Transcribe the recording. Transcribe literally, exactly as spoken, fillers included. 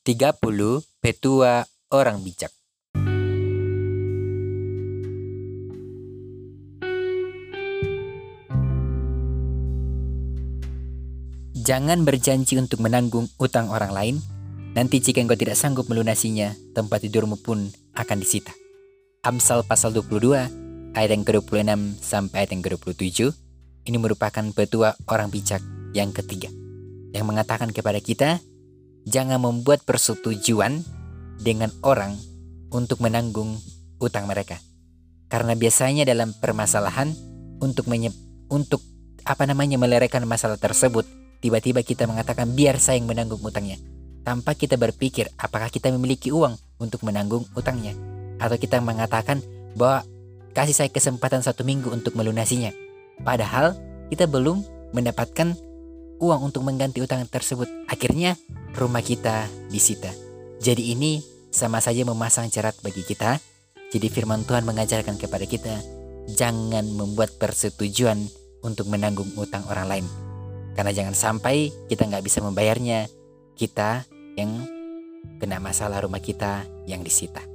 tiga puluh Petua Orang Bijak. Jangan berjanji untuk menanggung utang orang lain. Nanti jika engkau tidak sanggup melunasinya, tempat tidurmu pun akan disita. Amsal pasal dua puluh dua, ayat yang ke dua puluh enam sampai ayat yang ke dua puluh tujuh. Ini merupakan petua orang bijak yang ketiga, yang mengatakan kepada kita, jangan membuat persetujuan dengan orang untuk menanggung utang mereka. Karena biasanya dalam permasalahan untuk menye- untuk apa namanya melerikan masalah tersebut, tiba-tiba kita mengatakan biar saya yang menanggung utangnya, tanpa kita berpikir apakah kita memiliki uang untuk menanggung utangnya, atau kita mengatakan bahwa kasih saya kesempatan satu minggu untuk melunasinya, padahal kita belum mendapatkan uang untuk mengganti utang tersebut. Akhirnya rumah kita disita. Jadi ini sama saja memasang syarat bagi kita. Jadi firman Tuhan mengajarkan kepada kita, jangan membuat persetujuan untuk menanggung utang orang lain. Karena jangan sampai kita nggak bisa membayarnya, kita yang kena masalah, rumah kita yang disita.